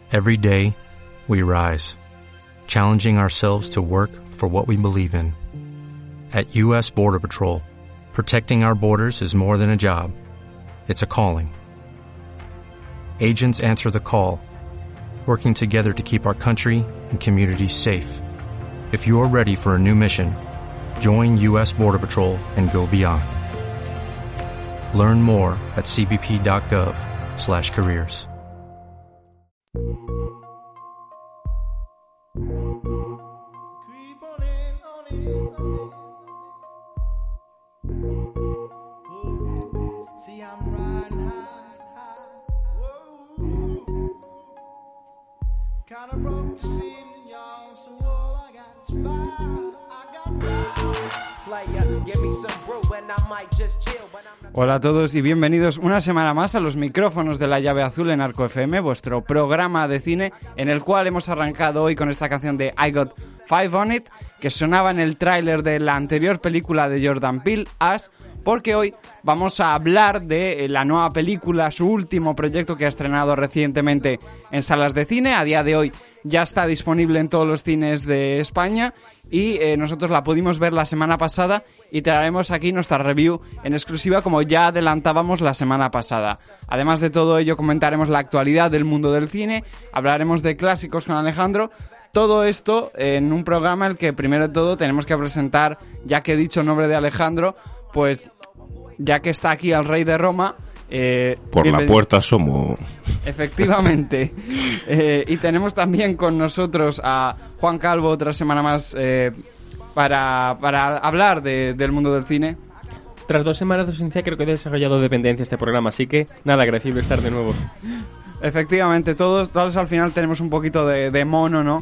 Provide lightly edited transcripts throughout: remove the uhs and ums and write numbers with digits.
Every day, we rise, challenging ourselves to work for what we believe in. At U.S. Border Patrol, protecting our borders is more than a job. It's a calling. Agents answer the call, working together to keep our country and communities safe. If you're ready for a new mission, join U.S. Border Patrol and go beyond. Learn more at cbp.gov/careers. Hola a todos y bienvenidos una semana más a los micrófonos de La Llave Azul en Arco FM, vuestro programa de cine, en el cual hemos arrancado hoy con esta canción de I Got Five on It, que sonaba en el tráiler de la anterior película de Jordan Peele, Us, porque hoy vamos a hablar de la nueva película, su último proyecto que ha estrenado recientemente en salas de cine. A día de hoy ya está disponible en todos los cines de España y nosotros la pudimos ver la semana pasada y traeremos aquí nuestra review en exclusiva, como ya adelantábamos la semana pasada. Además de todo ello, comentaremos la actualidad del mundo del cine, hablaremos de clásicos con Alejandro. Todo esto en un programa en el que primero de todo tenemos que presentar, ya que he dicho el nombre de Alejandro, pues ya que está aquí el rey de Roma. Por la puerta asomo. Efectivamente. Y tenemos también con nosotros a Juan Calvo otra semana más para hablar del mundo del cine. Tras 2 semanas de ausencia creo que he desarrollado dependencia este programa, así que nada, agradecido estar de nuevo. Efectivamente, todos al final tenemos un poquito de mono, ¿no?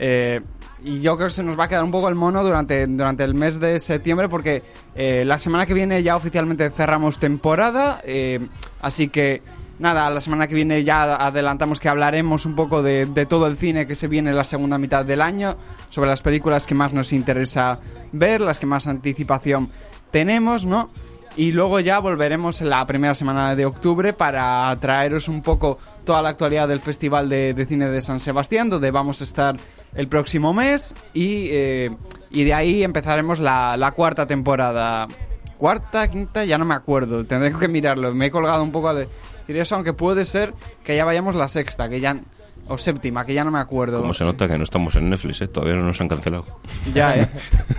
Y yo creo que se nos va a quedar un poco el mono durante el mes de septiembre, porque la semana que viene ya oficialmente cerramos temporada, así que nada, la semana que viene ya adelantamos que hablaremos un poco de todo el cine que se viene en la segunda mitad del año, sobre las películas que más nos interesa ver, las que más anticipación tenemos, ¿no? Y luego ya volveremos en la primera semana de octubre para traeros un poco toda la actualidad del Festival de Cine de San Sebastián, donde vamos a estar el próximo mes, y de ahí empezaremos la cuarta temporada. ¿Cuarta? ¿Quinta? Ya no me acuerdo, tendré que mirarlo. Me he colgado un poco de eso, aunque puede ser que ya vayamos la sexta, o séptima, que ya no me acuerdo. Como se nota que no estamos en Netflix, todavía no nos han cancelado. Ya,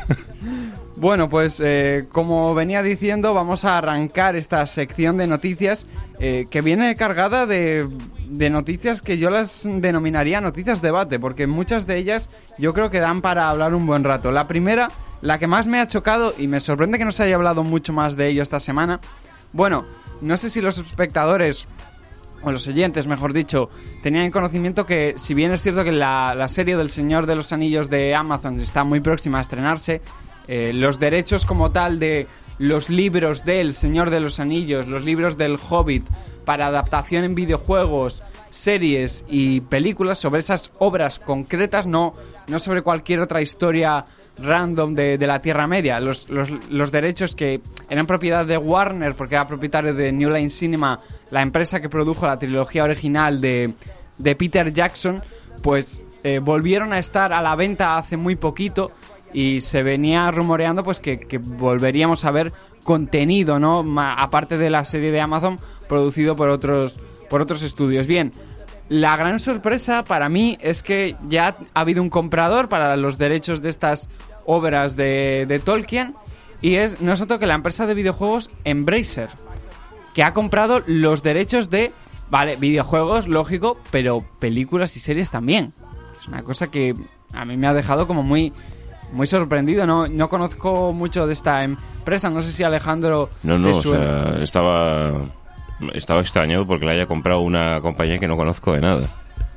Bueno, pues como venía diciendo, vamos a arrancar esta sección de noticias que viene cargada de noticias que yo las denominaría noticias debate, porque muchas de ellas yo creo que dan para hablar un buen rato. La primera, la que más me ha chocado, y me sorprende que no se haya hablado mucho más de ello esta semana. Bueno, no sé si los espectadores, o los oyentes, mejor dicho, tenían conocimiento que, si bien es cierto que la serie del Señor de los Anillos de Amazon está muy próxima a estrenarse, los derechos como tal de los libros del Señor de los Anillos, los libros del Hobbit, para adaptación en videojuegos, series y películas, sobre esas obras concretas, no sobre cualquier otra historia random de la Tierra Media. Los derechos que eran propiedad de Warner, porque era propietario de New Line Cinema, la empresa que produjo la trilogía original de Peter Jackson, pues volvieron a estar a la venta hace muy poquito, y se venía rumoreando pues que volveríamos a ver contenido, ¿no? Aparte de la serie de Amazon, producido por otros estudios. Bien, la gran sorpresa para mí es que ya ha habido un comprador para los derechos de estas obras de Tolkien, y es no es otro que la empresa de videojuegos Embracer, que ha comprado los derechos de, vale, videojuegos, lógico, pero películas y series también. Es una cosa que a mí me ha dejado como muy sorprendido. No conozco mucho de esta empresa. No sé si Alejandro... No, o sea, estaba extrañado porque la haya comprado una compañía que no conozco de nada.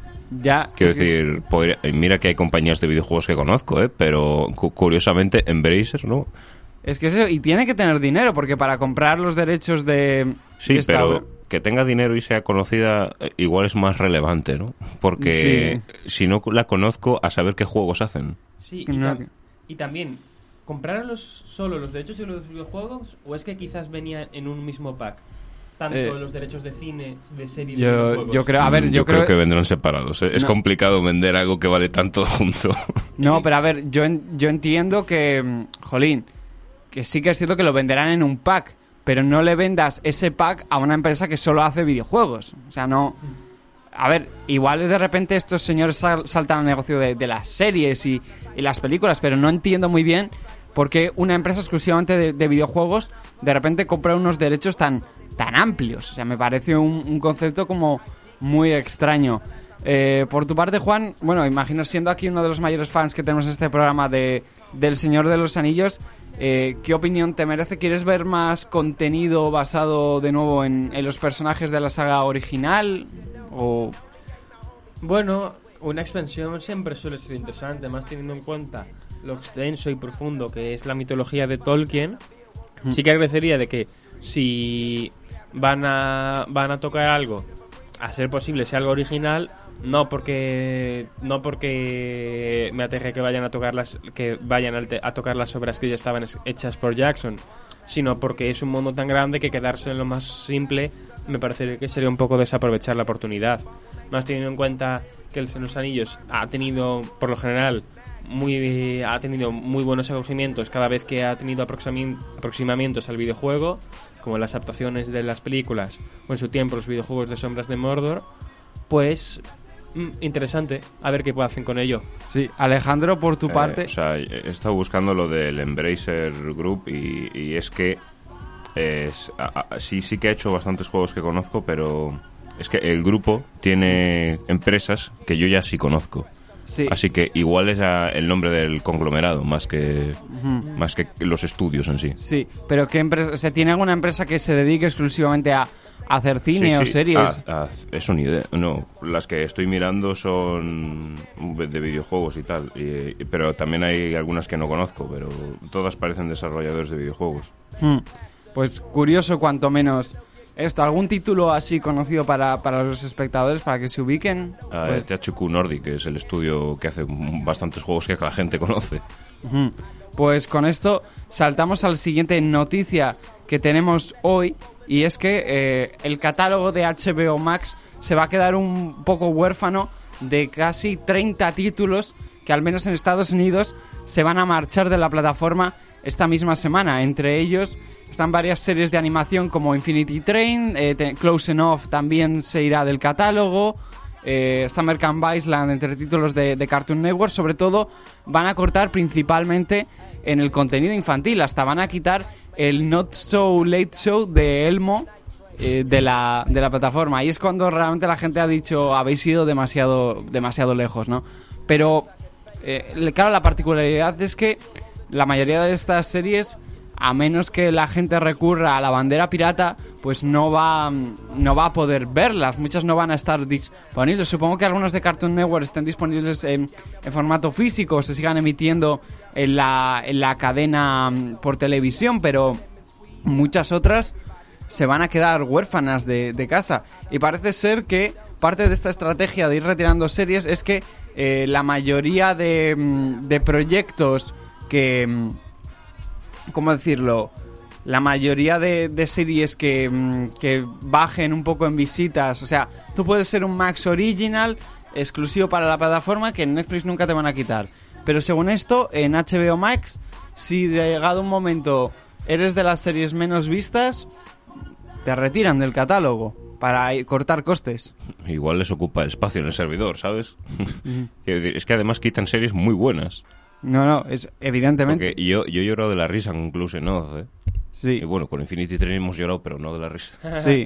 Ya. Quiero decir, mira que hay compañías de videojuegos que conozco, pero curiosamente Embracer, ¿no? Es que eso, y tiene que tener dinero, porque para comprar los derechos de... Sí, pero que tenga dinero y sea conocida igual es más relevante, ¿no? Porque si no la conozco, a saber qué juegos hacen. Sí, y también, ¿compraron solo los derechos de los videojuegos o es que quizás venía en un mismo pack? tanto los derechos de cine, de series, de videojuegos. Yo creo, a ver, yo creo que vendrán separados. Es complicado vender algo que vale tanto junto. No, pero a ver, yo entiendo que, jolín, que sí que es cierto que lo venderán en un pack, pero no le vendas ese pack a una empresa que solo hace videojuegos. O sea, no... A ver, igual de repente estos señores saltan al negocio de las series y las películas, pero no entiendo muy bien por qué una empresa exclusivamente de videojuegos de repente compra unos derechos tan amplios. O sea, me parece un concepto como muy extraño. Por tu parte, Juan, bueno, imagino siendo aquí uno de los mayores fans que tenemos en este programa del Señor de los Anillos, ¿qué opinión te merece? ¿Quieres ver más contenido basado de nuevo en los personajes de la saga original? O... Bueno, una expansión siempre suele ser interesante, más teniendo en cuenta lo extenso y profundo que es la mitología de Tolkien. Sí que agradecería de que si van a tocar algo, a ser posible sea algo original, no porque me aterre que vayan a tocar a tocar las obras que ya estaban hechas por Jackson, sino porque es un mundo tan grande que quedarse en lo más simple me parece que sería un poco desaprovechar la oportunidad. Más teniendo en cuenta que el Señor de los Anillos ha tenido, por lo general, muy buenos acogimientos cada vez que ha tenido aproximamientos al videojuego, como las adaptaciones de las películas o en su tiempo los videojuegos de Sombras de Mordor, pues interesante, a ver qué hacen con ello. Sí, Alejandro, por tu parte... O sea, he estado buscando lo del Embracer Group y es que sí que ha hecho bastantes juegos que conozco, pero es que el grupo tiene empresas que yo ya sí conozco. Sí. Así que igual es el nombre del conglomerado más que los estudios en sí. Sí, pero ¿qué empresa? O sea, ¿tiene alguna empresa que se dedique exclusivamente a hacer cine o series? Eso ni idea. No, las que estoy mirando son de videojuegos y tal. Pero también hay algunas que no conozco, pero todas parecen desarrolladores de videojuegos. Pues curioso cuanto menos esto. ¿Algún título así conocido para los espectadores, para que se ubiquen? Pues... THQ Nordic, que es el estudio que hace bastantes juegos que la gente conoce. Pues con esto saltamos a la siguiente noticia que tenemos hoy, y es que el catálogo de HBO Max se va a quedar un poco huérfano de casi 30 títulos que al menos en Estados Unidos se van a marchar de la plataforma esta misma semana. Entre ellos están varias series de animación como Infinity Train, Close Enough también se irá del catálogo, Summer Camp Island, entre títulos de Cartoon Network. Sobre todo van a cortar principalmente en el contenido infantil, hasta van a quitar el Not So Late Show de Elmo de la plataforma. Y es cuando realmente la gente ha dicho, habéis ido demasiado lejos, ¿no? Pero claro, la particularidad es que la mayoría de estas series, a menos que la gente recurra a la bandera pirata, pues no va a poder verlas. Muchas no van a estar disponibles. Supongo que algunas de Cartoon Network estén disponibles en formato físico, se sigan emitiendo en la cadena por televisión, pero muchas otras se van a quedar huérfanas de casa. Y parece ser que parte de esta estrategia de ir retirando series es que la mayoría de proyectos que... ¿Cómo decirlo? La mayoría de series que bajen un poco en visitas, o sea, tú puedes ser un Max Original exclusivo para la plataforma que en Netflix nunca te van a quitar. Pero según esto, en HBO Max, si de llegado un momento eres de las series menos vistas, te retiran del catálogo para cortar costes. Igual les ocupa espacio en el servidor, ¿sabes? Es que además quitan series muy buenas. No, es evidentemente. Porque yo he llorado de la risa con Close Enough, ¿eh? Sí. Y bueno, con Infinity Train hemos llorado, pero no de la risa. Sí.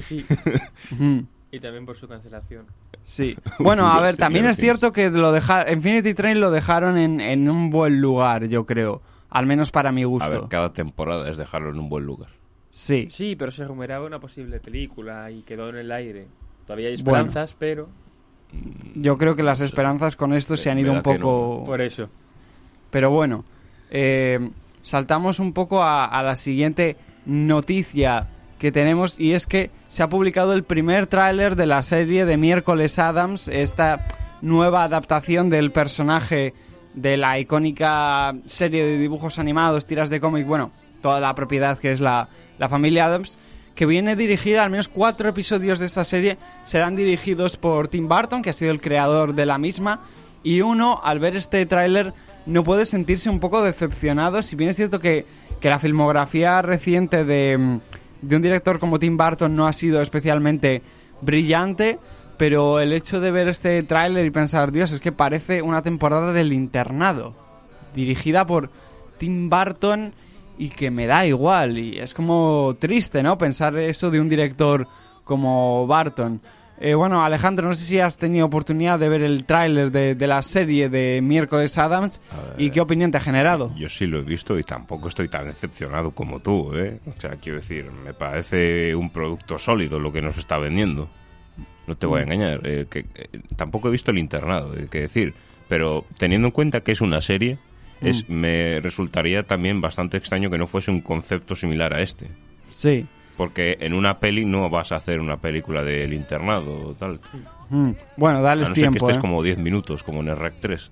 Y también por su cancelación. Sí. Bueno, a ver, también es cierto que Infinity Train lo dejaron en un buen lugar, yo creo. Al menos para mi gusto. A ver, cada temporada es dejarlo en un buen lugar. Sí. Sí, pero se rumoreaba una posible película y quedó en el aire. Todavía hay esperanzas, pero... Yo creo que las esperanzas con esto se han ido un poco... No. Por eso. Pero bueno, saltamos un poco a la siguiente noticia que tenemos, y es que se ha publicado el primer tráiler de la serie de Miércoles Addams, esta nueva adaptación del personaje de la icónica serie de dibujos animados, tiras de cómic, bueno, toda la propiedad que es la familia Addams, que viene dirigida, al menos 4 episodios de esta serie serán dirigidos por Tim Burton, que ha sido el creador de la misma, y uno, al ver este tráiler, no puede sentirse un poco decepcionado, si bien es cierto que la filmografía reciente de un director como Tim Burton no ha sido especialmente brillante, pero el hecho de ver este tráiler y pensar, Dios, es que parece una temporada del Internado, dirigida por Tim Burton, y que me da igual, y es como triste, ¿no?, pensar eso de un director como Burton. Bueno, Alejandro, no sé si has tenido oportunidad de ver el tráiler de la serie de Miércoles Addams y qué opinión te ha generado. Yo sí lo he visto y tampoco estoy tan decepcionado como tú, ¿eh? O sea, quiero decir, me parece un producto sólido lo que nos está vendiendo. No te voy a engañar, tampoco he visto El Internado, hay que decir, pero teniendo en cuenta que es una serie, me resultaría también bastante extraño que no fuese un concepto similar a este. Sí. Porque en una peli no vas a hacer una película del Internado o tal. Bueno, dales tiempo. Que estés como 10 minutos, como en el REC 3.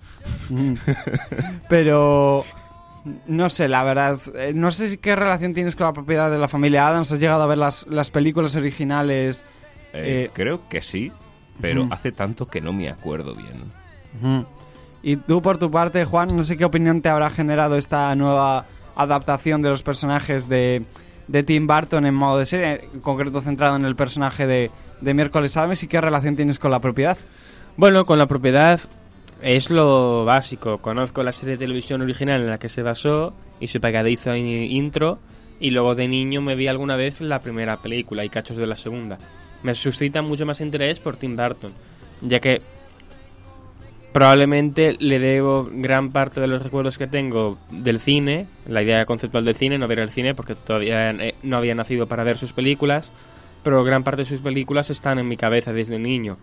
Pero no sé, la verdad, no sé qué relación tienes con la propiedad de la familia Addams. ¿Has llegado a ver las películas originales? Creo que sí, pero hace tanto que no me acuerdo bien. Y tú, por tu parte, Juan, no sé qué opinión te habrá generado esta nueva adaptación de los personajes de Tim Burton en modo de serie, en concreto centrado en el personaje de Miércoles Addams, y qué relación tienes con la propiedad. Bueno, con la propiedad es lo básico. Conozco la serie de televisión original en la que se basó y su pegadizo intro, y luego de niño me vi alguna vez la primera película y cachos de la segunda. Me suscita mucho más interés por Tim Burton, ya que probablemente le debo gran parte de los recuerdos que tengo del cine, la idea conceptual del cine, no ver el cine porque todavía no había nacido para ver sus películas, pero gran parte de sus películas están en mi cabeza desde niño.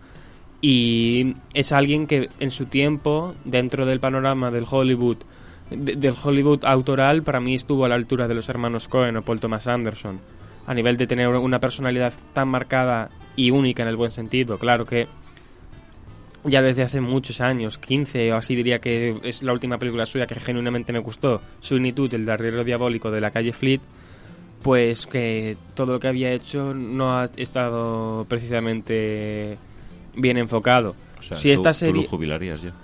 Y es alguien que en su tiempo, dentro del panorama del Hollywood autoral, para mí estuvo a la altura de los hermanos Coen o Paul Thomas Anderson, a nivel de tener una personalidad tan marcada y única en el buen sentido. Claro que ya desde hace muchos años, 15 o así, diría que es la última película suya que genuinamente me gustó, Sweeney Todd, el arriero diabólico de la calle Fleet, pues que todo lo que había hecho no ha estado precisamente bien enfocado. O sea, si esta serie... ¿tú lo jubilarías ya?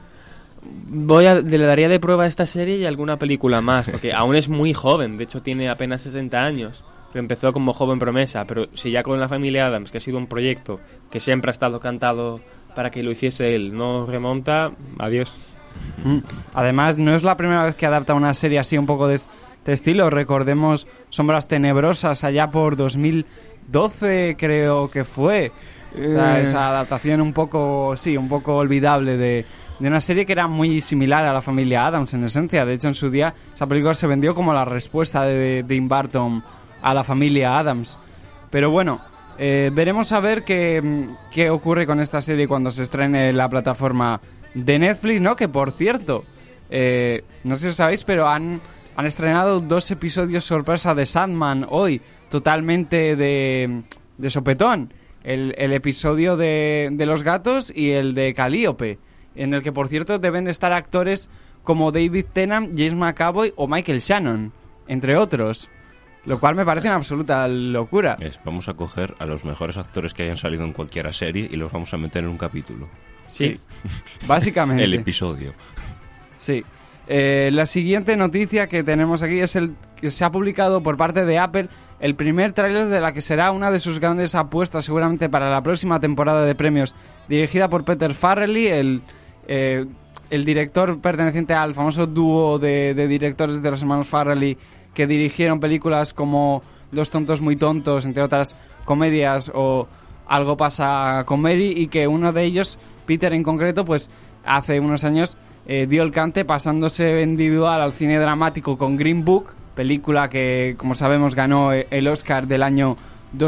Le daría de prueba a esta serie y alguna película más, porque aún es muy joven, de hecho tiene apenas 60 años. Empezó como joven promesa, pero si ya con la familia Addams, que ha sido un proyecto que siempre ha estado cantado para que lo hiciese él, no remonta, adiós. Además, no es la primera vez que adapta una serie así un poco de este estilo. Recordemos Sombras Tenebrosas allá por 2012, creo que fue. O sea, esa adaptación un poco olvidable de una serie que era muy similar a la familia Addams en esencia. De hecho, en su día esa película se vendió como la respuesta de Tim Burton a la familia Addams. Pero bueno, veremos a ver qué ocurre con esta serie cuando se estrene en la plataforma de Netflix, ¿no? Que por cierto, no sé si lo sabéis, pero han estrenado 2 episodios sorpresa de Sandman hoy, totalmente de sopetón. El episodio de los gatos y el de Calliope, en el que por cierto deben estar actores como David Tennant, James McAvoy o Michael Shannon, entre otros. Lo cual me parece una absoluta locura. Vamos a coger a los mejores actores que hayan salido en cualquier serie y los vamos a meter en un capítulo. Sí. Básicamente. El episodio. Sí. La siguiente noticia que tenemos aquí es que se ha publicado por parte de Apple el primer tráiler de la que será una de sus grandes apuestas seguramente para la próxima temporada de premios, dirigida por Peter Farrelly, el director perteneciente al famoso dúo de directores de los hermanos Farrelly, que dirigieron películas como Dos tontos muy tontos, entre otras comedias, o Algo pasa con Mary, y que uno de ellos, Peter en concreto, pues hace unos años dio el cante pasándose individual al cine dramático con Green Book, película que, como sabemos, ganó el Oscar del año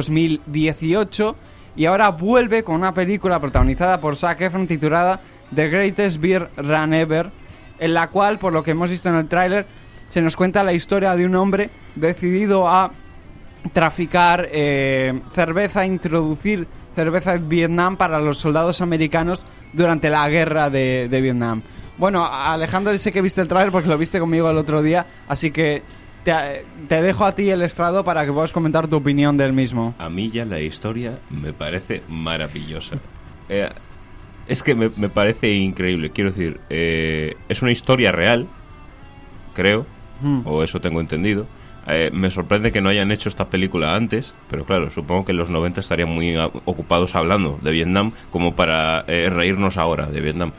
2018, y ahora vuelve con una película protagonizada por Zac Efron titulada The Greatest Beer Run Ever, en la cual, por lo que hemos visto en el tráiler, se nos cuenta la historia de un hombre decidido a traficar cerveza, introducir cerveza en Vietnam para los soldados americanos durante la guerra de Vietnam. Bueno, Alejandro, sé que viste el tráiler porque lo viste conmigo el otro día, así que te dejo a ti el estrado para que puedas comentar tu opinión del mismo. A mí ya la historia me parece maravillosa. Es que me parece increíble. Quiero decir, es una historia real, creo, o eso tengo entendido. Me sorprende que no hayan hecho esta película antes, pero claro, supongo que en los 90 estarían muy ocupados hablando de Vietnam como para reírnos ahora de Vietnam.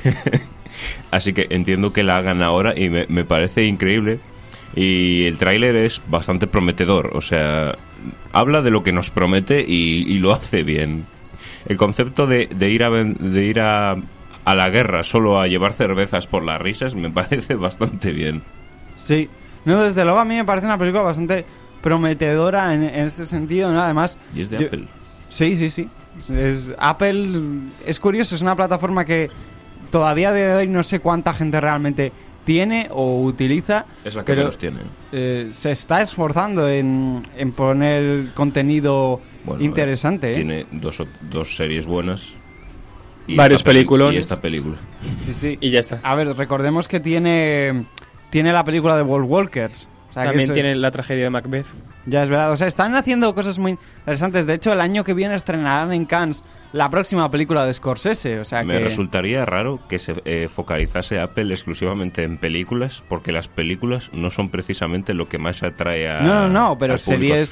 Así que entiendo que la hagan ahora y me parece increíble. Y el tráiler es bastante prometedor, o sea, habla de lo que nos promete y lo hace bien. El concepto de ir a la guerra solo a llevar cervezas por las risas me parece bastante bien. Sí. No, desde luego a mí me parece una película bastante prometedora en este sentido, ¿no? Además... Y es de Apple. Sí. Apple es curioso, es una plataforma que todavía de hoy no sé cuánta gente realmente tiene o utiliza. Es la que menos tiene. Se está esforzando en poner contenido interesante. Tiene dos series buenas. Y varios películas. Y esta película. Sí. Y ya está. A ver, recordemos que tiene la película de Wolf Walkers. O sea, también tiene la tragedia de Macbeth. Ya es verdad, o sea, están haciendo cosas muy interesantes. De hecho, el año que viene estrenarán en Cannes la próxima película de Scorsese. O sea, me resultaría raro que se focalizase Apple exclusivamente en películas, porque las películas no son precisamente lo que más atrae a No, pero series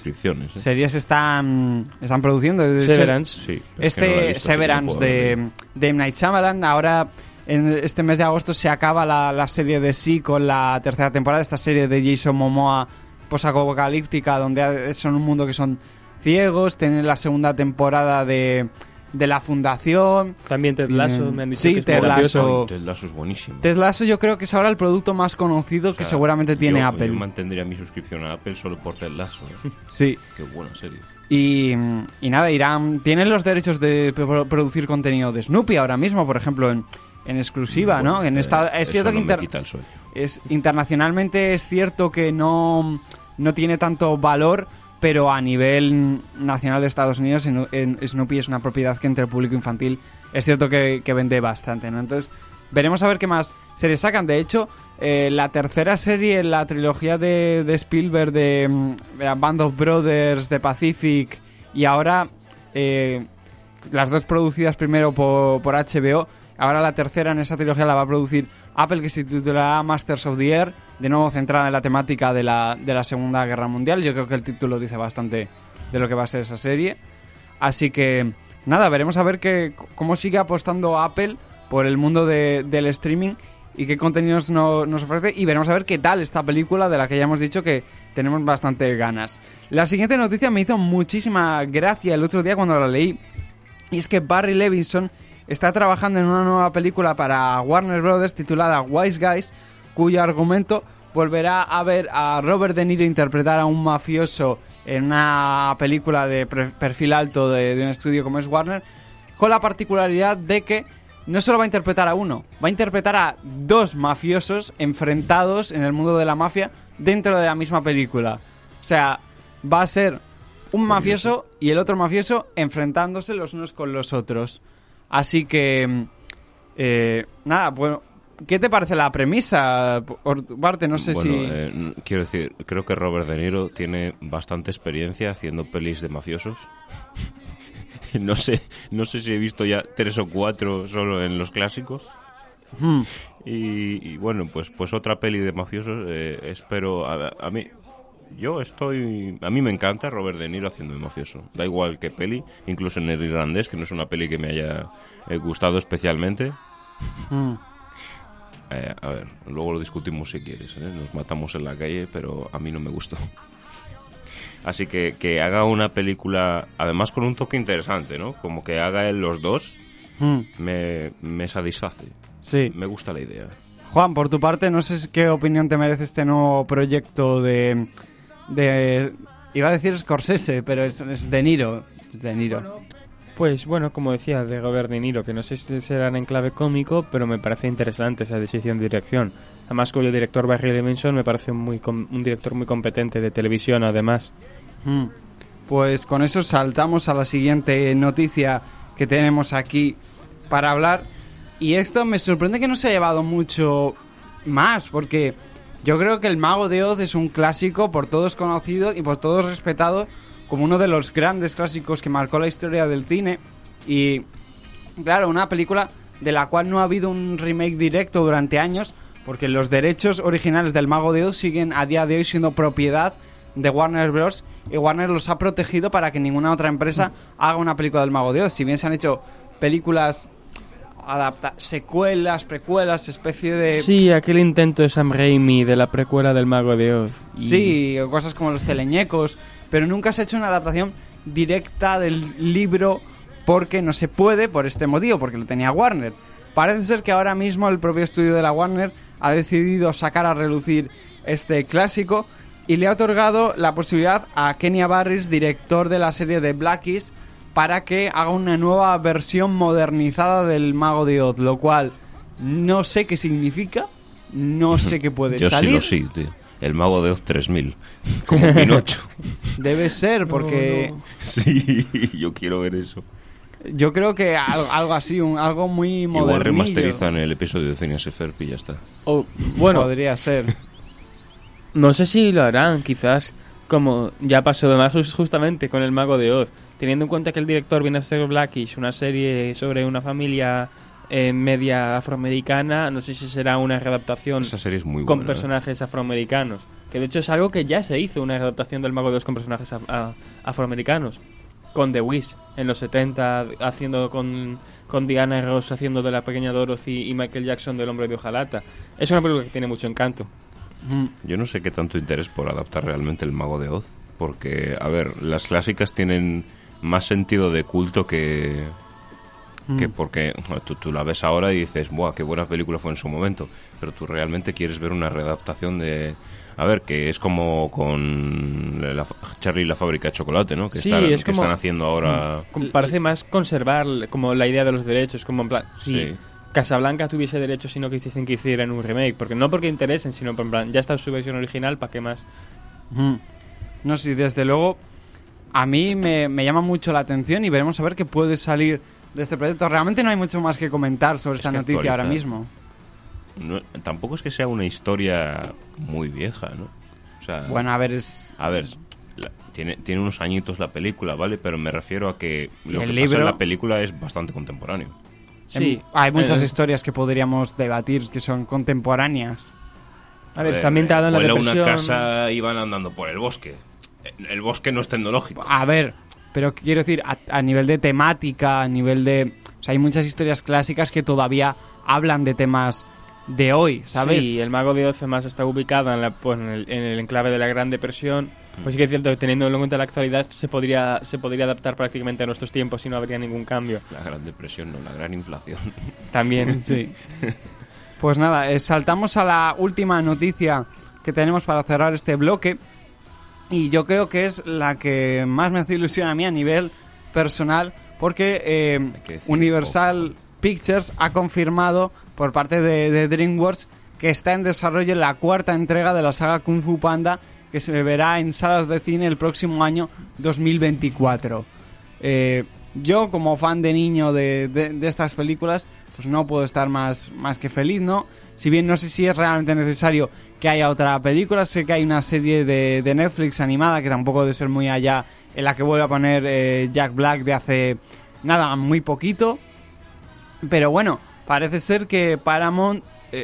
están produciendo. De hecho, Severance. Sí, Severance de M. Night Shyamalan. Ahora, en este mes de agosto, se acaba la serie de Sí con la tercera temporada. Esta serie de Jason Momoa posapocalíptica, donde son un mundo que son ciegos. Tienen la segunda temporada de La Fundación. También Ted Lasso, me han dicho que es Ted Lasso. Ted Lasso es buenísimo. Ted Lasso yo creo que es ahora el producto más conocido que seguramente tiene Apple. Yo mantendría mi suscripción a Apple solo por Ted Lasso. Sí. Qué buena serie. Y nada, tienen los derechos de producir contenido de Snoopy ahora mismo, por ejemplo, en exclusiva, ¿no? Es cierto que internacionalmente es cierto que no tiene tanto valor, pero a nivel nacional de Estados Unidos en Snoopy es una propiedad que entre el público infantil es cierto que vende bastante, ¿no? Entonces veremos a ver qué más series sacan. De hecho, la tercera serie en la trilogía de Spielberg de Band of Brothers, de Pacific, y ahora las dos producidas primero por HBO. Ahora la tercera en esa trilogía la va a producir Apple, que se titulará Masters of the Air, de nuevo centrada en la temática de la Segunda Guerra Mundial. Yo creo que el título dice bastante de lo que va a ser esa serie. Así que, nada, veremos a ver cómo sigue apostando Apple por el mundo del streaming y qué contenidos nos ofrece. Y veremos a ver qué tal esta película, de la que ya hemos dicho que tenemos bastante ganas. La siguiente noticia me hizo muchísima gracia el otro día cuando la leí. Y es que Barry Levinson está trabajando en una nueva película para Warner Brothers titulada Wise Guys, cuyo argumento volverá a ver a Robert De Niro interpretar a un mafioso en una película de perfil alto de un estudio como es Warner, con la particularidad de que no solo va a interpretar a uno, va a interpretar a dos mafiosos enfrentados en el mundo de la mafia dentro de la misma película. O sea, va a ser un mafioso y el otro mafioso enfrentándose los unos con los otros. Así que, nada, bueno, ¿qué te parece la premisa? Por tu parte, no sé si... quiero decir, creo que Robert De Niro tiene bastante experiencia haciendo pelis de mafiosos. No sé si he visto ya 3 o 4 solo en los clásicos. Y bueno, pues otra peli de mafiosos, espero... A mí me encanta Robert De Niro haciendo de mafioso. Da igual qué peli, incluso en El Irlandés, que no es una peli que me haya gustado especialmente. A ver, luego lo discutimos si quieres, ¿eh? Nos matamos en la calle, pero a mí no me gustó. Así que haga una película, además con un toque interesante, ¿no? Como que haga él los dos, me satisface. Sí. Me gusta la idea. Juan, por tu parte, no sé qué opinión te merece este nuevo proyecto de iba a decir Scorsese, pero es De Niro. Es De Niro. Bueno, como decía, de Robert De Niro, que no sé si será en clave cómico, pero me parece interesante esa decisión de dirección. Además, cuyo director Barry Levinson me parece un director muy competente de televisión, además. Pues con eso saltamos a la siguiente noticia que tenemos aquí para hablar. Y esto me sorprende que no se ha llevado mucho más, porque Yo creo que El Mago de Oz es un clásico por todos conocido y por todos respetado como uno de los grandes clásicos que marcó la historia del cine. Y claro, una película de la cual no ha habido un remake directo durante años, porque los derechos originales del Mago de Oz siguen a día de hoy siendo propiedad de Warner Bros. Y Warner los ha protegido para que ninguna otra empresa haga una película del Mago de Oz. Si bien se han hecho películas, secuelas, precuelas, especie de... Sí, aquel intento de Sam Raimi de la precuela del Mago de Oz. Sí, cosas como los teleñecos, pero nunca se ha hecho una adaptación directa del libro porque no se puede por este motivo, porque lo tenía Warner. Parece ser que ahora mismo el propio estudio de la Warner ha decidido sacar a relucir este clásico y le ha otorgado la posibilidad a Kenya Barris, director de la serie de Blackies, para que haga una nueva versión modernizada del Mago de Oz, lo cual no sé qué significa, no sé qué puede salir. Yo sí lo sé, tío. El Mago de Oz 3000, como Pinocho. Debe ser, porque... No. Sí, yo quiero ver eso. Yo creo que algo así, algo muy modernillo. Igual remasterizan el episodio de Phineas y Ferb y ya está. Bueno, podría ser. No sé si lo harán, quizás, como ya pasó además justamente con el Mago de Oz. Teniendo en cuenta que el director viene a hacer Blackish, una serie sobre una familia media afroamericana, no sé si será una readaptación. Esa serie es muy buena, con personajes afroamericanos. Que de hecho es algo que ya se hizo, una readaptación del Mago de Oz con personajes afroamericanos. Con The Wiz en los 70, haciendo con Diana Ross haciendo de la pequeña Dorothy y Michael Jackson del Hombre de Hojalata. Es una película que tiene mucho encanto. Yo no sé qué tanto interés por adaptar realmente el Mago de Oz, porque, a ver, las clásicas tienen más sentido de culto que porque tú la ves ahora y dices, ¡buah, qué buena película fue en su momento! Pero tú realmente quieres ver una readaptación de... A ver, que es como con Charlie y la fábrica de chocolate, ¿no? Que, sí, están haciendo ahora... Parece más conservar como la idea de los derechos, como en plan... Sí. Casablanca tuviese derechos si no quisiesen que hicieran un remake, porque no porque interesen, sino en plan, ya está su versión original, ¿para qué más? No, sí, desde luego a mí me llama mucho la atención y veremos a ver qué puede salir de este proyecto. Realmente no hay mucho más que comentar sobre esta noticia ahora mismo. No, tampoco es que sea una historia muy vieja, ¿no? O sea, bueno, a ver, tiene unos añitos la película, ¿vale? Pero me refiero a que lo que libro... pasa en la película es bastante contemporáneo. Sí, hay muchas historias que podríamos debatir que son contemporáneas. A ver, está ambientado en la depresión. Una casa y van andando por el bosque. El bosque no es tecnológico. A ver, pero quiero decir, a nivel de temática, a nivel de... O sea, hay muchas historias clásicas que todavía hablan de temas de hoy, ¿sabes? Sí, el Mago de Oz más está ubicado en el enclave de la Gran Depresión. Pues sí que es cierto que teniendo en cuenta la actualidad se podría adaptar prácticamente a nuestros tiempos y no habría ningún cambio. La Gran Depresión, no, la Gran Inflación. También, sí. Pues nada, saltamos a la última noticia que tenemos para cerrar este bloque. Y yo creo que es la que más me hace ilusión a mí a nivel personal, porque Universal Pictures ha confirmado por parte de DreamWorks que está en desarrollo la cuarta entrega de la saga Kung Fu Panda, que se verá en salas de cine el próximo año 2024. Yo, como fan de niño de estas películas, pues no puedo estar más que feliz, ¿no? Si bien no sé si es realmente necesario que haya otra película, sé que hay una serie de Netflix animada que tampoco debe ser muy allá, en la que vuelve a poner Jack Black de hace nada, muy poquito. Pero bueno, parece ser que Paramount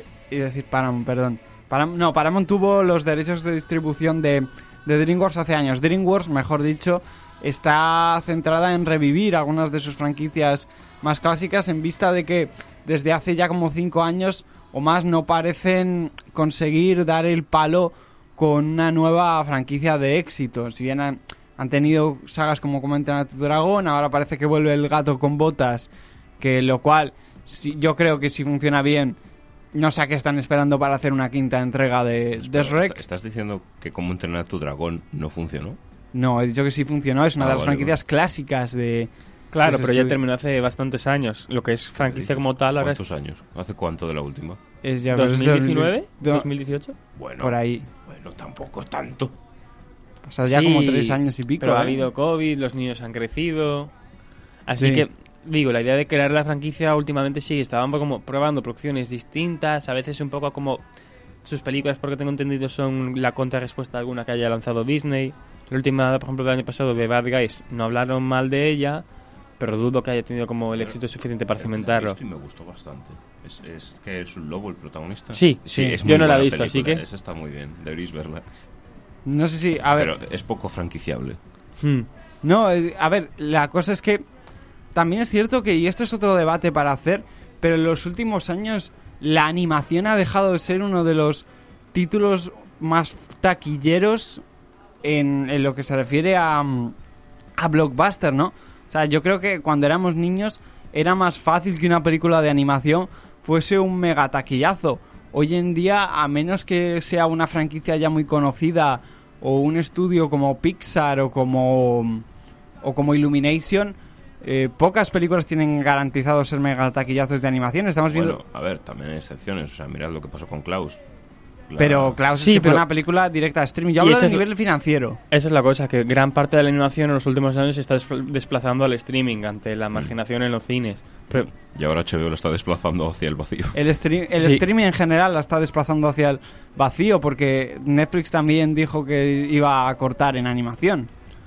tuvo los derechos de distribución de DreamWorks hace años. DreamWorks, mejor dicho, está centrada en revivir algunas de sus franquicias más clásicas en vista de que desde hace ya como 5 años o más no parecen conseguir dar el palo con una nueva franquicia de éxito. Si bien han tenido sagas como Cómo entrenar a tu dragón, ahora parece que vuelve El gato con botas, que lo cual yo creo que si funciona bien, no sé a qué están esperando para hacer una quinta entrega de Shrek. ¿Estás diciendo que Cómo entrenar a tu dragón no funcionó? No, he dicho que sí funcionó, es una de las franquicias clásicas de... Claro, pero ya terminó hace bastantes años. Lo que es franquicia como tal ahora ¿Cuántos años? ¿Hace cuánto de la última? Es ya ¿2019? ¿2018? Bueno, por ahí. Bueno, tampoco tanto. O sea, ya como 3 años y pico. Pero ha habido COVID, los niños han crecido. Así que, digo, la idea de crear la franquicia últimamente sí, estaban como probando producciones distintas, a veces un poco como sus películas, porque tengo entendido, son la contrarrespuesta a alguna que haya lanzado Disney. La última, por ejemplo, del año pasado, de Bad Guys, no hablaron mal de ella, pero dudo que haya tenido como el éxito suficiente para cimentarlo. Me gustó bastante. Es que es un lobo el protagonista. Sí, es yo no la he visto, visto, así que... Esa está muy bien, deberéis verla. No sé si... A ver... Pero es poco franquiciable. No, a ver, la cosa es que también es cierto que, y esto es otro debate para hacer, pero en los últimos años la animación ha dejado de ser uno de los títulos más taquilleros en lo que se refiere a blockbuster, ¿no? O sea, yo creo que cuando éramos niños era más fácil que una película de animación fuese un mega taquillazo. Hoy en día, a menos que sea una franquicia ya muy conocida o un estudio como Pixar o como Illumination, pocas películas tienen garantizado ser mega taquillazos de animación. Estamos viendo... a ver, también hay excepciones. O sea, mirad lo que pasó con Klaus. Pero Klaus sí, fue una película directa de streaming. Yo hablo de nivel financiero. Esa es la cosa, que gran parte de la animación en los últimos años se está desplazando al streaming ante la marginación en los cines. Pero... Y ahora HBO lo está desplazando hacia el vacío. El streaming en general la está desplazando hacia el vacío, porque Netflix también dijo que iba a cortar en animación.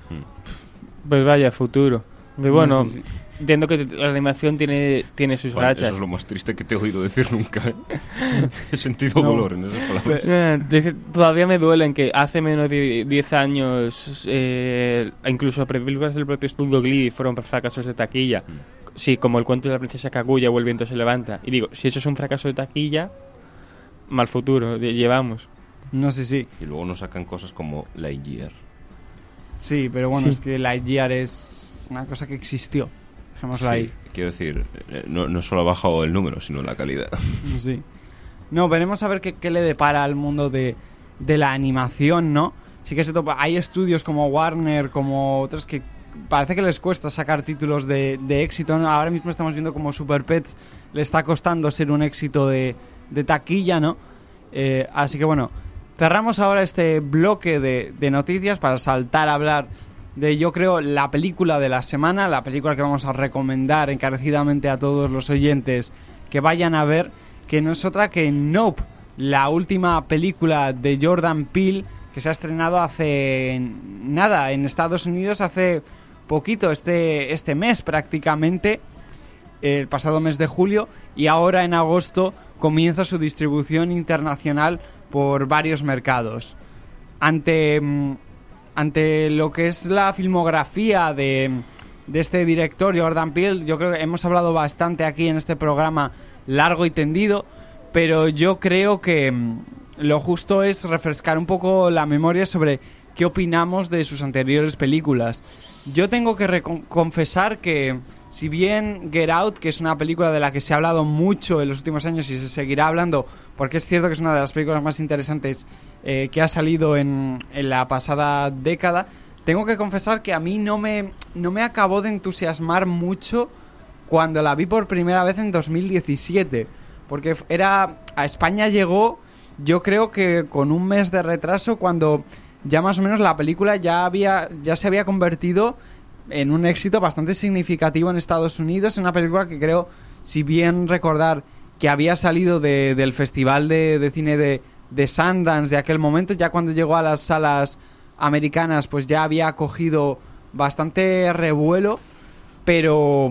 Pues vaya futuro. Y bueno, sí. Entiendo que la animación tiene sus rachas. Eso es lo más triste que te he oído decir nunca. He sentido dolor en esas palabras. Todavía me duelen que hace menos de 10 años incluso películas del propio estudio Ghibli fueron fracasos de taquilla. Sí, como el cuento de la princesa Kaguya o El viento se levanta. Y digo, si eso es un fracaso de taquilla, mal futuro llevamos. No sé si. Y luego nos sacan cosas como Lightyear. Sí, pero bueno, es que Lightyear es una cosa que existió. Dejémoslo ahí. Quiero decir, no solo ha bajado el número, sino la calidad. Sí. No, veremos a ver qué le depara al mundo de la animación, ¿no? Sí que hay estudios como Warner, como otros que parece que les cuesta sacar títulos de éxito, ¿no? Ahora mismo estamos viendo como Super Pets le está costando ser un éxito de taquilla, ¿no? Así que bueno, cerramos ahora este bloque de noticias para saltar a hablar de, yo creo, la película de la semana, la película que vamos a recomendar encarecidamente a todos los oyentes que vayan a ver, que no es otra que Nope, la última película de Jordan Peele, que se ha estrenado hace nada en Estados Unidos, hace poquito, este mes prácticamente, el pasado mes de julio, y ahora en agosto comienza su distribución internacional por varios mercados. Ante lo que es la filmografía de este director, Jordan Peele, yo creo que hemos hablado bastante aquí en este programa largo y tendido, pero yo creo que lo justo es refrescar un poco la memoria sobre qué opinamos de sus anteriores películas. Yo tengo que confesar que, si bien Get Out, que es una película de la que se ha hablado mucho en los últimos años y se seguirá hablando, porque es cierto que es una de las películas más interesantes que ha salido en la pasada década, tengo que confesar que a mí no me acabó de entusiasmar mucho cuando la vi por primera vez en 2017, porque a España llegó, yo creo que con un mes de retraso, cuando ya más o menos la película ya se había convertido en un éxito bastante significativo en Estados Unidos. Es una película que creo, si bien recordar que había salido del festival de cine de Sundance de aquel momento, ya cuando llegó a las salas americanas pues ya había cogido bastante revuelo, pero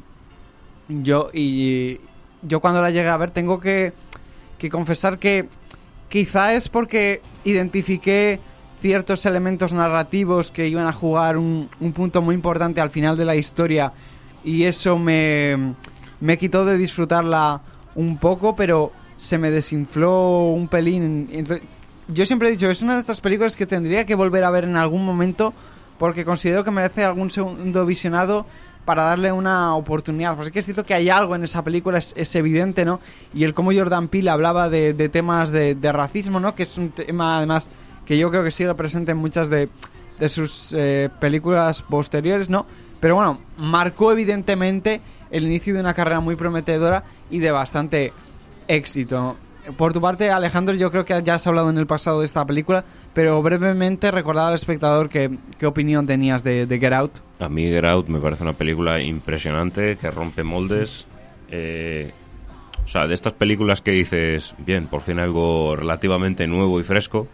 yo cuando la llegué a ver tengo que confesar que quizá es porque identifiqué ciertos elementos narrativos que iban a jugar un punto muy importante al final de la historia, y eso me quitó de disfrutarla un poco, pero se me desinfló un pelín. Entonces, yo siempre he dicho, es una de estas películas que tendría que volver a ver en algún momento, porque considero que merece algún segundo visionado para darle una oportunidad. Pues es que es cierto que hay algo en esa película, es evidente, ¿no? Y el cómo Jordan Peele hablaba de temas de racismo, ¿no? Que es un tema, además, que yo creo que sigue presente en muchas de sus películas posteriores, ¿no? Pero bueno, marcó evidentemente el inicio de una carrera muy prometedora y de bastante éxito. Por tu parte, Alejandro, yo creo que ya has hablado en el pasado de esta película, pero brevemente recordar al espectador qué opinión tenías de Get Out. A mí Get Out me parece una película impresionante, que rompe moldes. O sea, de estas películas que dices, bien, por fin algo relativamente nuevo y fresco,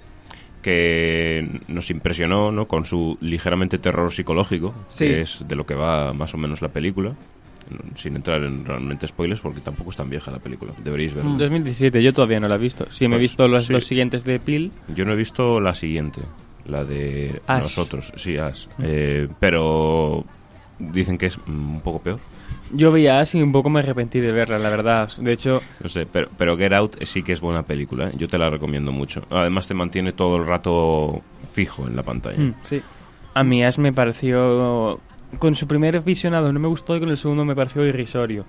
que nos impresionó, ¿no? Con su ligeramente terror psicológico, sí, que es de lo que va más o menos la película, sin entrar en realmente spoilers, porque tampoco es tan vieja la película, deberéis verla. 2017, yo todavía no la he visto. Sí, me he visto los sí. dos siguientes de Peel. Yo no he visto la siguiente, la de Ash. Nosotros, sí, Ash. Pero dicen que es un poco peor. Yo vi a Ash y un poco me arrepentí de verla, la verdad. De hecho... No sé, pero Get Out sí que es buena película, ¿eh? Yo te la recomiendo mucho. Además te mantiene todo el rato fijo en la pantalla. Sí. A mí Ash me pareció... Con su primer visionado no me gustó y con el segundo me pareció irrisorio.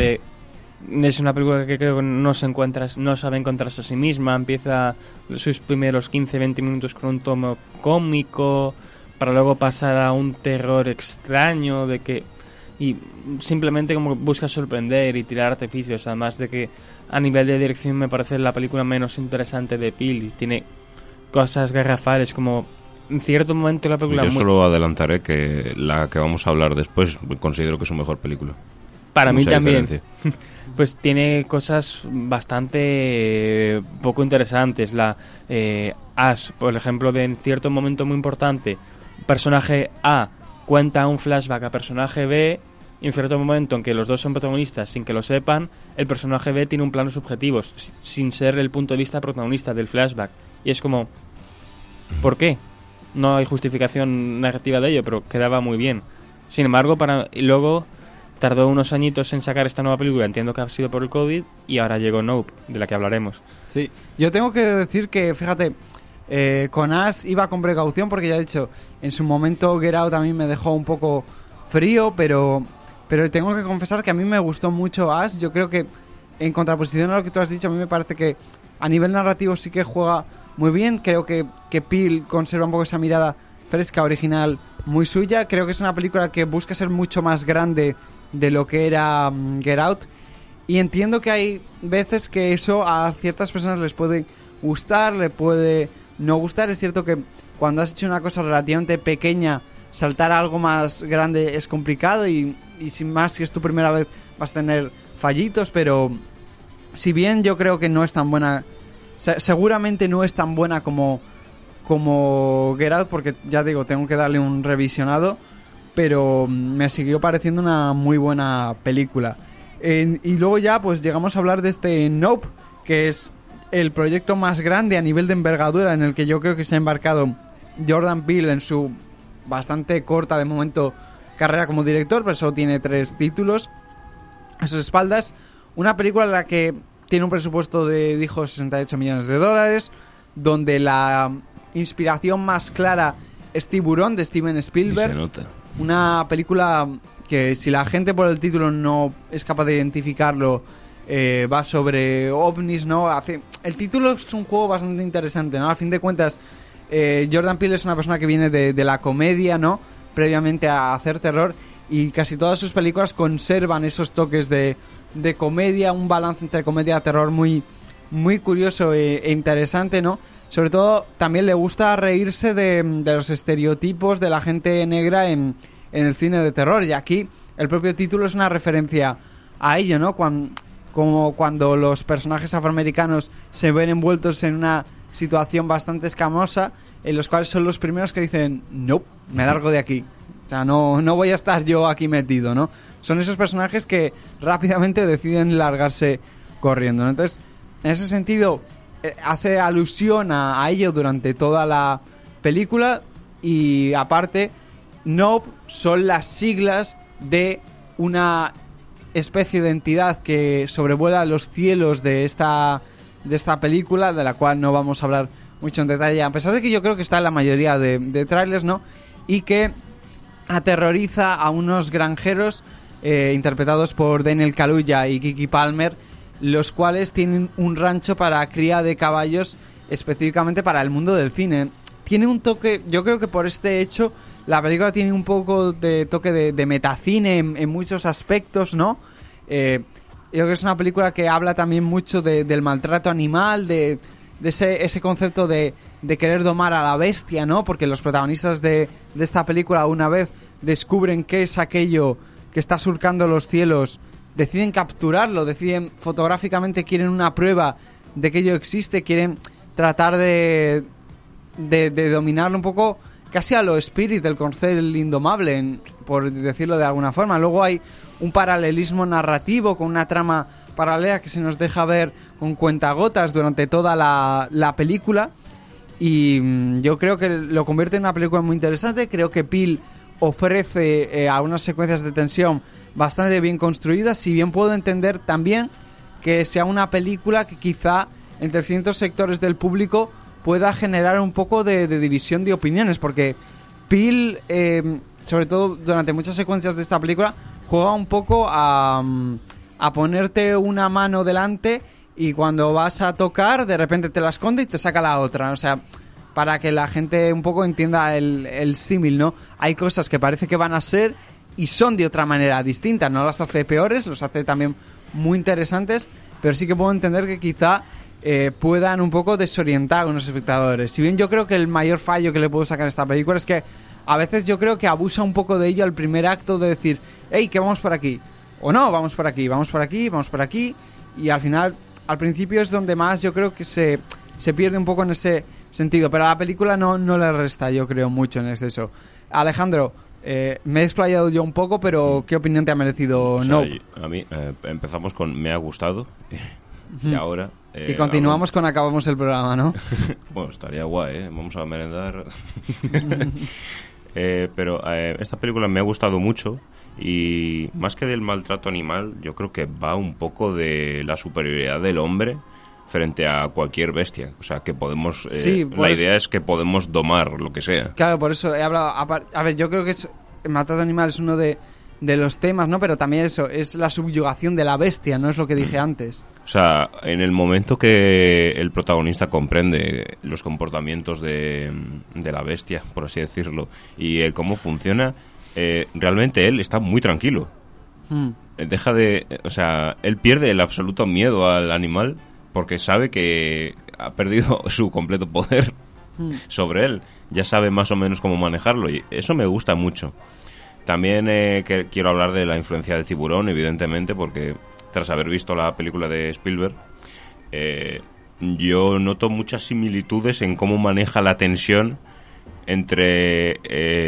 Es una película que creo que no sabe encontrarse a sí misma. Empieza sus primeros 15-20 minutos con un tono cómico, para luego pasar a un terror extraño y simplemente como busca sorprender y tirar artificios. Además de que a nivel de dirección me parece la película menos interesante de Peel y tiene cosas garrafales como... En cierto momento la película... Yo solo adelantaré que la que vamos a hablar después considero que es su mejor película. Para mí también. Diferencia. Pues tiene cosas bastante poco interesantes. Ash, por ejemplo, en cierto momento muy importante, personaje A cuenta un flashback a personaje B y en cierto momento en que los dos son protagonistas sin que lo sepan, el personaje B tiene un plano subjetivo sin ser el punto de vista protagonista del flashback. Y es como... ¿Por qué? No hay justificación narrativa de ello, pero quedaba muy bien. Sin embargo, y luego tardó unos añitos en sacar esta nueva película. Entiendo que ha sido por el COVID y ahora llegó Nope, de la que hablaremos. Sí, yo tengo que decir que, fíjate, con Ash iba con precaución porque ya he dicho, en su momento Get Out a mí me dejó un poco frío, pero tengo que confesar que a mí me gustó mucho Ash. Yo creo que, en contraposición a lo que tú has dicho, a mí me parece que a nivel narrativo sí que juega muy bien. Creo que Peel conserva un poco esa mirada fresca, original, muy suya. Creo que es una película que busca ser mucho más grande de lo que era Get Out. Y entiendo que hay veces que eso a ciertas personas les puede gustar, le puede no gustar. Es cierto que cuando has hecho una cosa relativamente pequeña, saltar a algo más grande es complicado y sin más, si es tu primera vez vas a tener fallitos, pero si bien yo creo que no es tan buena... Seguramente no es tan buena como Get Out, porque ya digo, tengo que darle un revisionado, pero me siguió pareciendo una muy buena película. Y luego ya pues llegamos a hablar de este Nope, que es el proyecto más grande a nivel de envergadura en el que yo creo que se ha embarcado Jordan Peele en su bastante corta de momento carrera como director, pero solo tiene 3 títulos a sus espaldas. Una película en la que tiene un presupuesto de, dijo, $68 millones, donde la inspiración más clara es Tiburón, de Steven Spielberg. Y se nota. Una película que, si la gente por el título no es capaz de identificarlo, va sobre ovnis, ¿no? El título es un juego bastante interesante, ¿no? A fin de cuentas, Jordan Peele es una persona que viene de la comedia, ¿no? Previamente a hacer terror, y casi todas sus películas conservan esos toques de comedia, un balance entre comedia y terror muy, muy curioso e interesante, ¿no? Sobre todo, también le gusta reírse de los estereotipos de la gente negra en el cine de terror, y aquí el propio título es una referencia a ello, ¿no? Como cuando los personajes afroamericanos se ven envueltos en una situación bastante escamosa, en los cuales son los primeros que dicen, no, me largo de aquí. O sea, no voy a estar yo aquí metido, ¿no? Son esos personajes que rápidamente deciden largarse corriendo, ¿no? Entonces, en ese sentido, hace alusión a ello durante toda la película, y aparte, Nope son las siglas de una especie de entidad que sobrevuela los cielos de esta película, de la cual no vamos a hablar mucho en detalle, a pesar de que yo creo que está en la mayoría de trailers, ¿no? Y que aterroriza a unos granjeros interpretados por Daniel Kaluuya y Keke Palmer, los cuales tienen un rancho para cría de caballos específicamente para el mundo del cine. Tiene un toque, yo creo que por este hecho la película tiene un poco de toque de metacine en muchos aspectos, ¿no? Yo creo que es una película que habla también mucho del maltrato animal, de ese concepto de querer domar a la bestia, ¿no? Porque los protagonistas de esta película, una vez descubren qué es aquello que está surcando los cielos, deciden capturarlo, deciden fotográficamente, quieren una prueba de que ello existe, quieren tratar de dominarlo un poco, casi a lo Spirit, el corcel indomable, por decirlo de alguna forma. Luego hay un paralelismo narrativo con una trama paralela que se nos deja ver con cuentagotas durante toda la película, y yo creo que lo convierte en una película muy interesante. Creo que Peele ofrece algunas secuencias de tensión bastante bien construidas, si bien puedo entender también que sea una película que quizá entre ciertos sectores del público pueda generar un poco de división de opiniones, porque Peele, sobre todo durante muchas secuencias de esta película, juega un poco a ponerte una mano delante y cuando vas a tocar de repente te la esconde y te saca la otra, o sea, para que la gente un poco entienda el símil, ¿no? Hay cosas que parece que van a ser y son de otra manera distinta, no las hace peores, los hace también muy interesantes, pero sí que puedo entender que quizá puedan un poco desorientar a unos espectadores. Si bien yo creo que el mayor fallo que le puedo sacar a esta película es que a veces yo creo que abusa un poco de ello al primer acto, de decir, hey, que vamos por aquí, o no, vamos por aquí, vamos por aquí, vamos por aquí, y al final, al principio es donde más yo creo que se pierde un poco en ese sentido, pero a la película no le resta, yo creo, mucho en exceso. Alejandro, me he explayado yo un poco, pero ¿qué opinión te ha merecido? O sea, a mí empezamos con me ha gustado y ahora... y continuamos con acabamos el programa, ¿no? Bueno, estaría guay, ¿eh? Vamos a merendar. Pero esta película me ha gustado mucho y más que del maltrato animal, yo creo que va un poco de la superioridad del hombre frente a cualquier bestia. O sea, que podemos... la idea es que podemos domar lo que sea. Claro, por eso he hablado... A ver, yo creo que el maltrato animal es uno de los temas, ¿no? Pero también eso, es la subyugación de la bestia, ¿no? Es lo que dije antes. O sea, en el momento que el protagonista comprende los comportamientos de la bestia, por así decirlo, y el cómo funciona, realmente él está muy tranquilo. Deja de... O sea, él pierde el absoluto miedo al animal porque sabe que ha perdido su completo poder sobre él. Ya sabe más o menos cómo manejarlo y eso me gusta mucho. También quiero hablar de la influencia del tiburón, evidentemente, porque tras haber visto la película de Spielberg, yo noto muchas similitudes en cómo maneja la tensión entre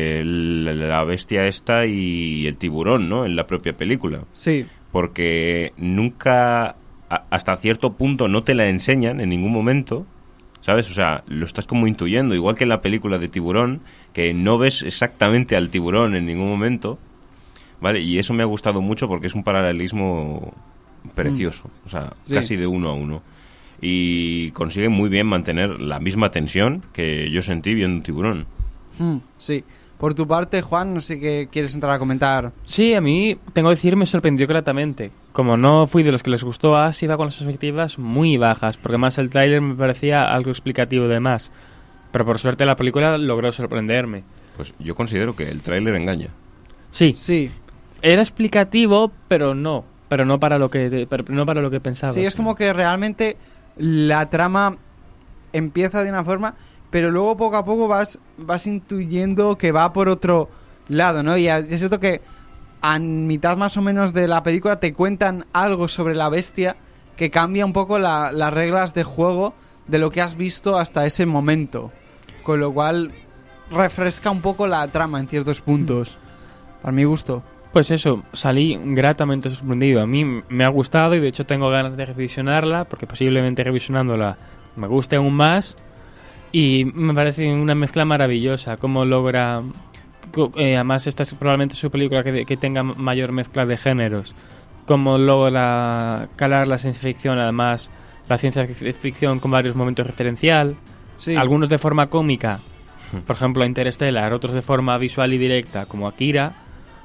la bestia esta y el tiburón, ¿no? En la propia película. Sí. Porque nunca, hasta cierto punto, no te la enseñan en ningún momento, ¿sabes? O sea, lo estás como intuyendo, igual que en la película de Tiburón, que no ves exactamente al tiburón en ningún momento, ¿vale? Y eso me ha gustado mucho porque es un paralelismo precioso, o sea, sí, casi de uno a uno. Y consigue muy bien mantener la misma tensión que yo sentí viendo Tiburón. Sí. Por tu parte, Juan, no sé qué quieres entrar a comentar. Sí, a mí, tengo que decir, me sorprendió gratamente. Como no fui de los que les gustó As, iba con las expectativas muy bajas, porque más el tráiler me parecía algo explicativo de más. Pero por suerte la película logró sorprenderme. Pues yo considero que el tráiler engaña. Sí. Sí. Era explicativo, pero no para lo que pensaba. Sí, es como que realmente la trama empieza de una forma, pero luego poco a poco vas intuyendo que va por otro lado, ¿no? Y es cierto que a mitad más o menos de la película te cuentan algo sobre la bestia que cambia un poco las reglas de juego de lo que has visto hasta ese momento, con lo cual refresca un poco la trama en ciertos puntos, para mi gusto. Pues eso, salí gratamente sorprendido. A mí me ha gustado y de hecho tengo ganas de revisionarla, porque posiblemente revisionándola me guste aún más. Y me parece una mezcla maravillosa, cómo logra... además esta es probablemente su película que tenga mayor mezcla de géneros. Cómo logra calar la ciencia ficción, además la ciencia ficción con varios momentos referencial. Sí. Algunos de forma cómica, por ejemplo Interstellar, otros de forma visual y directa, como Akira.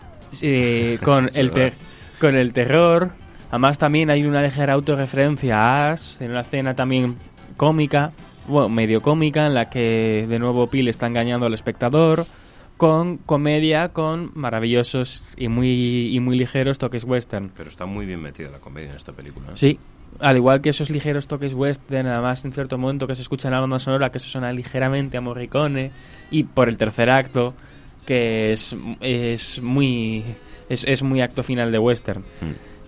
Con el terror. Además también hay una ligera autorreferencia a As, en una escena también cómica, bueno, medio cómica, en la que de nuevo Peele está engañando al espectador, con comedia, con maravillosos y muy ligeros toques western. Pero está muy bien metida la comedia en esta película, ¿eh? Sí, al igual que esos ligeros toques western, además en cierto momento que se escucha en la banda sonora, que eso suena ligeramente a Morricone, y por el tercer acto, que es muy acto final de western.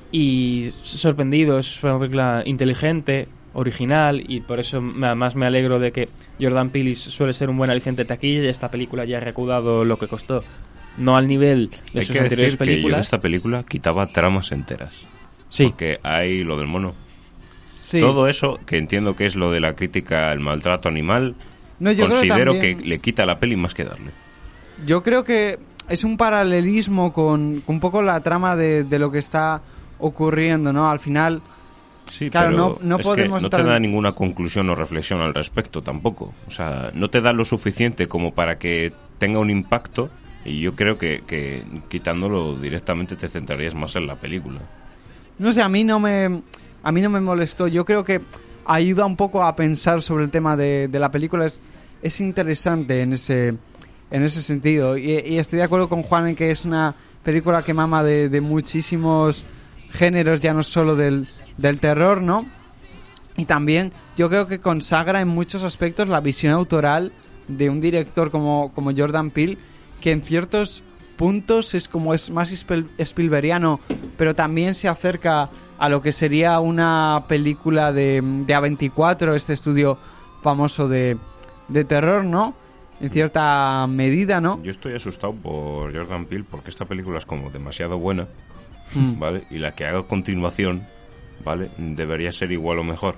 y sorprendido. Es una película inteligente, original, y por eso además me alegro de que Jordan Peele suele ser un buen aliciente de taquilla, y esta película ya ha recaudado lo que costó. No al nivel de sus anteriores películas. Que yo de esta película quitaba tramas enteras. Sí. Porque hay lo del mono. Sí. Todo eso, que entiendo que es lo de la crítica al maltrato animal, no, yo considero creo que le quita a la peli más que darle. Yo creo que es un paralelismo con un poco la trama de lo que está ocurriendo, ¿no? Al final, sí, claro, pero no podemos... no te da ninguna conclusión o reflexión al respecto tampoco. O sea, no te da lo suficiente como para que tenga un impacto, y yo creo que quitándolo directamente te centrarías más en la película. No sé, a mí no me molestó. Yo creo que ayuda un poco a pensar sobre el tema de la película. Es interesante en ese sentido. Y estoy de acuerdo con Juan en que es una película que mama de muchísimos géneros, ya no solo del terror, ¿no? Y también yo creo que consagra en muchos aspectos la visión autoral de un director como Jordan Peele, que en ciertos puntos es más Spielbergiano, pero también se acerca a lo que sería una película de A24, este estudio famoso de terror, ¿no? En cierta medida, ¿no? Yo estoy asustado por Jordan Peele porque esta película es como demasiado buena, ¿vale? Y la que haga a continuación, ¿vale? Debería ser igual o mejor.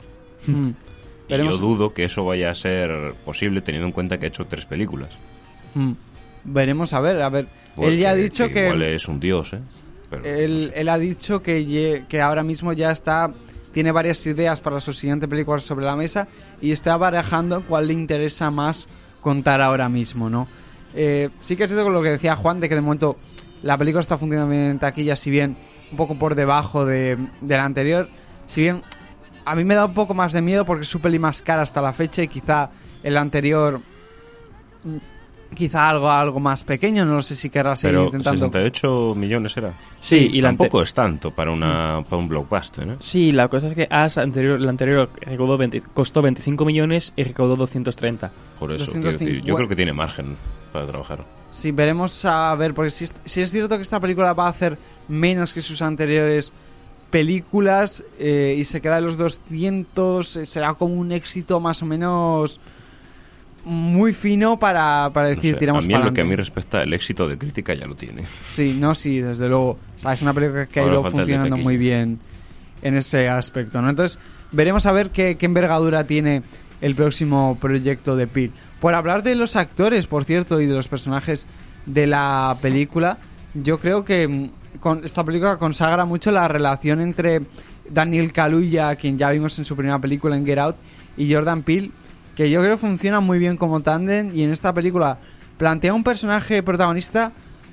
Y yo dudo que eso vaya a ser posible teniendo en cuenta que ha hecho 3 películas. Veremos a ver. Pues él ya ha dicho que igual es un dios, Pero él ha dicho que ahora mismo ya tiene varias ideas para su siguiente película sobre la mesa y está barajando cuál le interesa más contar ahora mismo, ¿no? Sí que es cierto con lo que decía Juan, de que de momento la película está funcionando bien en taquilla, si bien un poco por debajo de la anterior. Si bien a mí me da un poco más de miedo porque es su peli más cara hasta la fecha y quizá el anterior... Quizá algo más pequeño, no lo sé si querrá seguir intentando. 68 millones era. Sí, y tampoco es tanto para un blockbuster, ¿no? Sí, la cosa es que la anterior costó 25 millones y recaudó 230. Por eso, quiero decir, yo creo que tiene margen para trabajar. Sí, veremos a ver, porque si es cierto que esta película va a hacer menos que sus anteriores películas y se queda en los 200, será como un éxito más o menos... muy fino para decir, no sé, tiramos para adelante. A mí, en lo que a mí respecta, el éxito de crítica ya lo tiene. Sí, desde luego. O sea, es una película que ha ido funcionando muy bien en ese aspecto, ¿no? Entonces, veremos a ver qué envergadura tiene el próximo proyecto de Peele. Por hablar de los actores, por cierto, y de los personajes de la película, yo creo que esta película consagra mucho la relación entre Daniel Kaluuya, quien ya vimos en su primera película en Get Out, y Jordan Peele, que yo creo que funciona muy bien como tándem, y en esta película plantea un personaje protagonista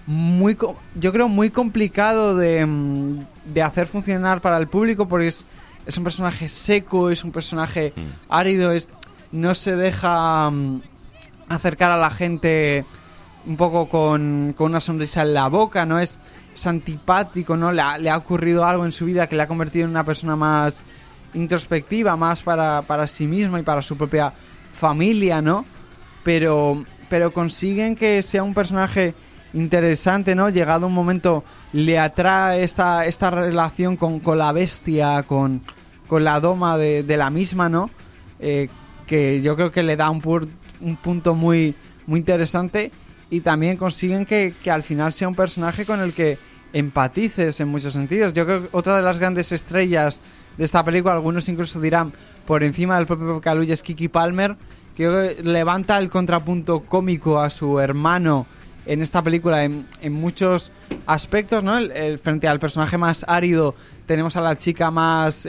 yo creo muy complicado de hacer funcionar para el público, porque es un personaje seco, es un personaje árido, no se deja acercar a la gente un poco con una sonrisa en la boca, no es antipático, ¿no? Le ha ocurrido algo en su vida que le ha convertido en una persona más introspectiva, más para sí misma y para su propia familia, ¿no? Pero consiguen que sea un personaje interesante, ¿no? Llegado un momento le atrae esta relación con la bestia, con la doma de la misma, ¿no? Que yo creo que le da un punto muy, muy interesante, y también consiguen que al final sea un personaje con el que empatices en muchos sentidos. Yo creo que otra de las grandes estrellas de esta película, algunos incluso dirán por encima del propio Kaluuya, es Keke Palmer, que levanta el contrapunto cómico a su hermano en esta película en muchos aspectos, ¿no? Frente al personaje más árido tenemos a la chica más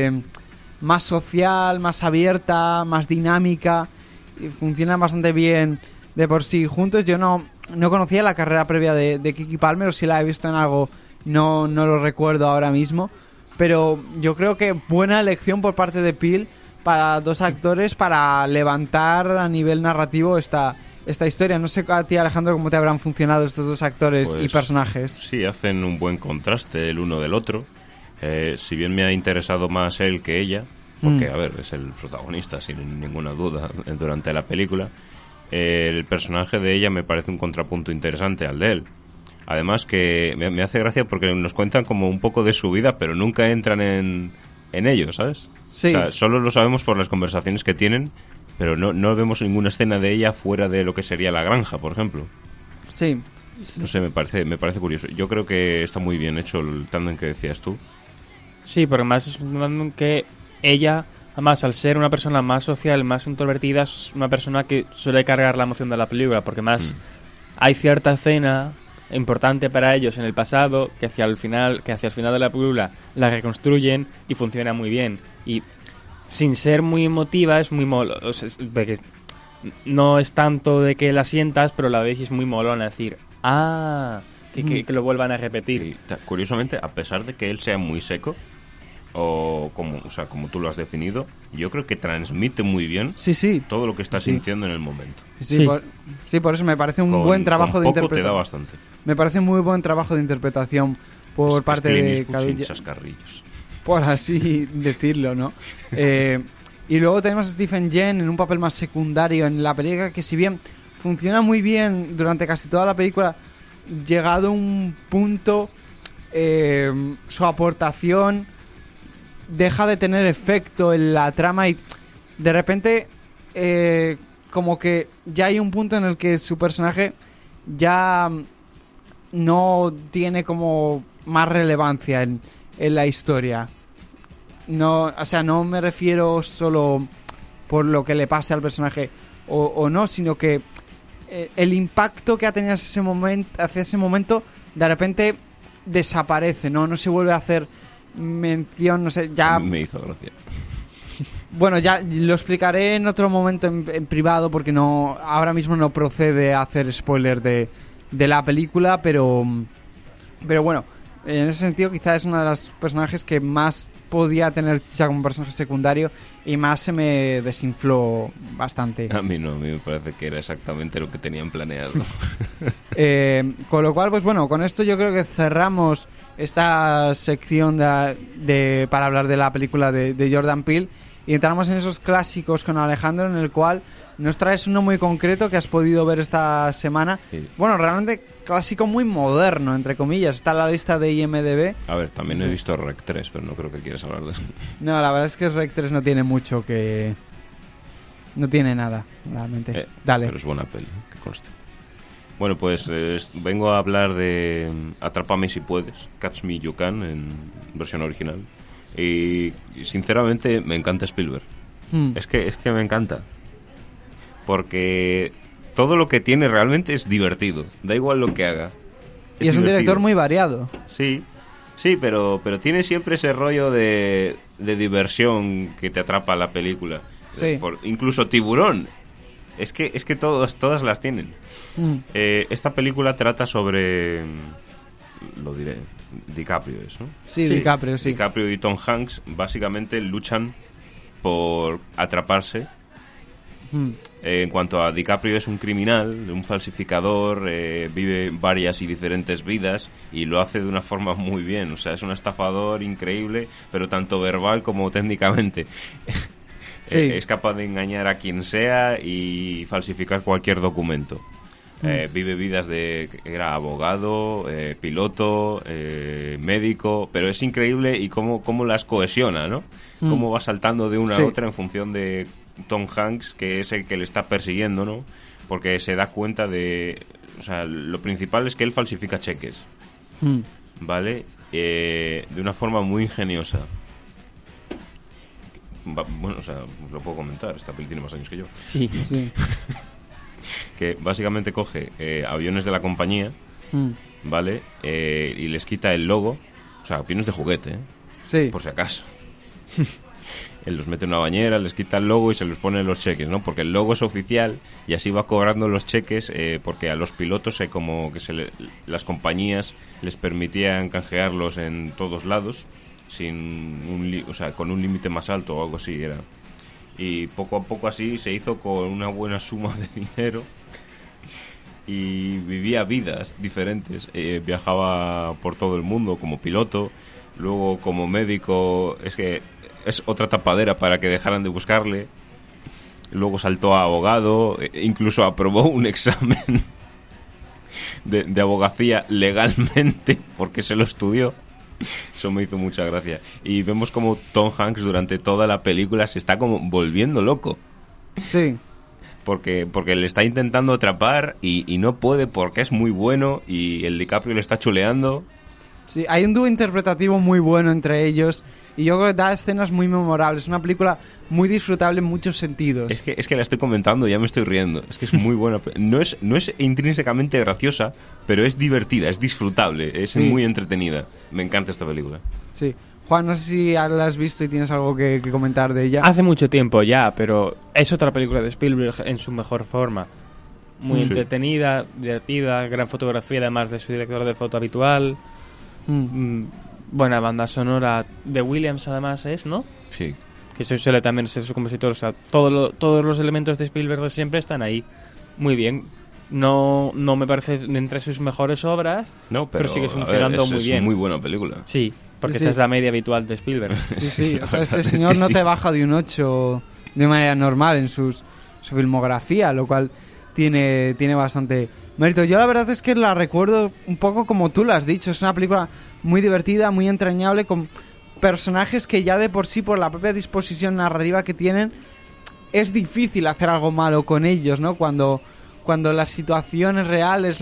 social, más abierta, más dinámica, y funcionan bastante bien de por sí juntos. Yo no conocía la carrera previa de Keke Palmer, o si la he visto en algo no lo recuerdo ahora mismo. Pero yo creo que buena elección por parte de Peele para dos actores para levantar a nivel narrativo esta historia. No sé a ti, Alejandro, cómo te habrán funcionado estos dos actores y personajes. Sí, hacen un buen contraste el uno del otro. Si bien me ha interesado más él que ella, porque, a ver, es el protagonista sin ninguna duda durante la película, el personaje de ella me parece un contrapunto interesante al de él. Además que me hace gracia porque nos cuentan como un poco de su vida, pero nunca entran en ello, ¿sabes? Sí. O sea, solo lo sabemos por las conversaciones que tienen, pero no vemos ninguna escena de ella fuera de lo que sería la granja, por ejemplo. Sí. No sé, me parece curioso. Yo creo que está muy bien hecho el tándem que decías tú. Sí, porque más es un tándem que ella, además, al ser una persona más social, más introvertida, es una persona que suele cargar la emoción de la película, porque más hay cierta escena importante para ellos en el pasado que hacia el final de la película la reconstruyen y funciona muy bien. Y sin ser muy emotiva es muy o sea, no es tanto de que la sientas, pero la ves y es muy molona decir, que lo vuelvan a repetir. Y, curiosamente, a pesar de que él sea muy seco, o sea, como tú lo has definido, yo creo que transmite muy bien todo lo que está sintiendo en el momento. Por eso me parece un buen trabajo de interpretación. Te da bastante. Me parece un muy buen trabajo de interpretación por parte de Cadella. Chascarrillos. Por así decirlo, ¿no? Y luego tenemos a Stephen Yeun en un papel más secundario en la película, que si bien funciona muy bien durante casi toda la película, llegado a un punto, su aportación deja de tener efecto en la trama y de repente como que ya hay un punto en el que su personaje ya no tiene como más relevancia en la historia. No, o sea, no me refiero solo por lo que le pase al personaje o no, sino que el impacto que ha tenido hacia ese momento de repente desaparece, no se vuelve a hacer mención, no sé, ya... Me hizo gracia. Bueno, ya lo explicaré en otro momento en privado porque ahora mismo no procede a hacer spoiler de la película, pero bueno, en ese sentido quizás es uno de los personajes que más podía tener ya como personaje secundario y más se me desinfló bastante. A mí me parece que era exactamente lo que tenían planeado. Con lo cual, pues bueno, con esto yo creo que cerramos esta sección para hablar de la película de Jordan Peele y entramos en esos clásicos con Alejandro, en el cual nos traes uno muy concreto que has podido ver esta semana. Sí. Bueno, realmente clásico muy moderno, entre comillas. Está en la lista de IMDb. A ver, también he visto Rec 3, pero no creo que quieras hablar de eso. No, la verdad es que Rec 3 no tiene mucho que... No tiene nada, realmente. Dale. Pero es buena peli, que conste. Bueno, pues vengo a hablar de Atrápame si puedes, Catch Me You Can, en versión original. Y sinceramente me encanta Spielberg. Es que me encanta. Porque todo lo que tiene realmente es divertido. Da igual lo que haga. Y es un director muy variado. Sí, pero tiene siempre ese rollo de diversión que te atrapa la película. Sí. Incluso Tiburón. Es que todas las tienen. Esta película trata sobre... Lo diré... DiCaprio es, ¿no? Sí, DiCaprio, sí. DiCaprio y Tom Hanks básicamente luchan por atraparse. En cuanto a DiCaprio, es un criminal, un falsificador, vive varias y diferentes vidas y lo hace de una forma muy bien. O sea, es un estafador increíble, pero tanto verbal como técnicamente. Sí. Es capaz de engañar a quien sea y falsificar cualquier documento. Vive vidas que era abogado, piloto, médico, pero es increíble y cómo las cohesiona, ¿no? Cómo va saltando de una a otra en función de Tom Hanks, que es el que le está persiguiendo, ¿no? Porque se da cuenta de... O sea, lo principal es que él falsifica cheques, ¿vale? De una forma muy ingeniosa. Bueno, o sea, lo puedo comentar, esta peli tiene más años que yo. Sí. Que básicamente coge aviones de la compañía, ¿vale? Y les quita el logo, o sea, aviones de juguete, Sí. Por si acaso. Él los mete en una bañera, les quita el logo y se los pone en los cheques, ¿no? Porque el logo es oficial y así va cobrando los cheques, porque a los pilotos como que las compañías les permitían canjearlos en todos lados, o sea, con un límite más alto o algo así era. Y poco a poco así se hizo con una buena suma de dinero y vivía vidas diferentes. Viajaba por todo el mundo como piloto, luego como médico, es que es otra tapadera para que dejaran de buscarle. Luego saltó a abogado, incluso aprobó un examen de abogacía legalmente porque se lo estudió. Eso me hizo mucha gracia. Y vemos como Tom Hanks durante toda la película se está como volviendo loco. Sí. Porque le está intentando atrapar y no puede porque es muy bueno y el DiCaprio le está chuleando. Sí, hay un dúo interpretativo muy bueno entre ellos y yo creo que da escenas muy memorables. Es una película muy disfrutable en muchos sentidos. Es que la estoy comentando y ya me estoy riendo. Es que es muy buena. No es intrínsecamente graciosa, pero es divertida, es disfrutable, es muy entretenida. Me encanta esta película. Sí. Juan, no sé si la has visto y tienes algo que comentar de ella. Hace mucho tiempo ya, pero es otra película de Spielberg en su mejor forma. Muy entretenida, divertida, gran fotografía además de su director de foto habitual. Buena banda sonora de Williams además es, ¿no? Sí. Que se suele también ser su compositor. O sea, todos los elementos de Spielberg de siempre están ahí. Muy bien. No me parece de entre sus mejores obras, pero sigue funcionando muy bien. Es muy buena película. Sí, porque esa es la media habitual de Spielberg. Sí. O sea, este señor no te baja de un 8 de manera normal en su filmografía, lo cual tiene bastante mérito. Yo la verdad es que la recuerdo un poco como tú lo has dicho. Es una película muy divertida, muy entrañable, con personajes que ya de por sí, por la propia disposición narrativa que tienen, es difícil hacer algo malo con ellos, ¿no? Cuando las situaciones reales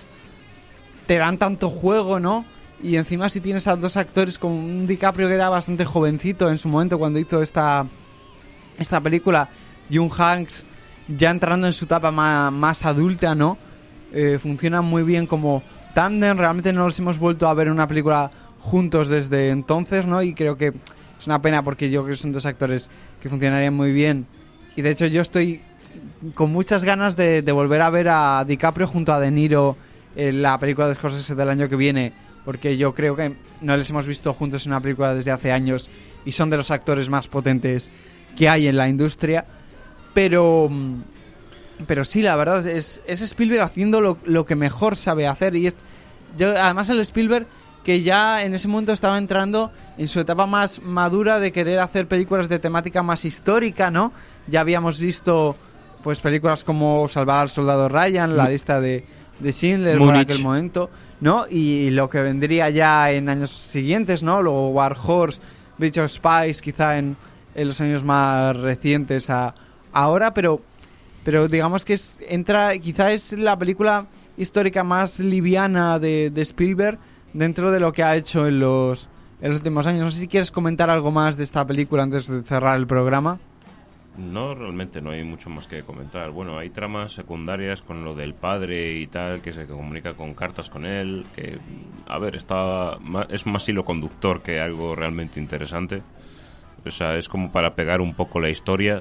te dan tanto juego, ¿no? Y encima si tienes a dos actores como un DiCaprio que era bastante jovencito en su momento cuando hizo esta película, y un Hanks ya entrando en su etapa más adulta, ¿no? Funcionan muy bien como tándem. Realmente no los hemos vuelto a ver en una película juntos desde entonces, ¿no? Y creo que es una pena porque yo creo que son dos actores que funcionarían muy bien. Y de hecho yo estoy con muchas ganas de volver a ver a DiCaprio junto a De Niro en la película de Scorsese del año que viene, porque yo creo que no les hemos visto juntos en una película desde hace años y son de los actores más potentes que hay en la industria. Pero sí, la verdad es Spielberg haciendo lo que mejor sabe hacer. Y además el Spielberg que ya en ese momento estaba entrando en su etapa más madura de querer hacer películas de temática más histórica, ¿no? Ya habíamos visto pues películas como Salvar al Soldado Ryan, La lista de Schindler por aquel momento, ¿no? Y lo que vendría ya en años siguientes, ¿no? Luego War Horse, Bridge of Spies, quizá en los años más recientes ahora, pero digamos que quizá es la película histórica más liviana de Spielberg dentro de lo que ha hecho en los últimos años. No sé si quieres comentar algo más de esta película antes de cerrar el programa. No, realmente no hay mucho más que comentar. Bueno, hay tramas secundarias con lo del padre y tal, que se comunica con cartas con él, que, a ver, es más hilo conductor que algo realmente interesante. O sea, es como para pegar un poco la historia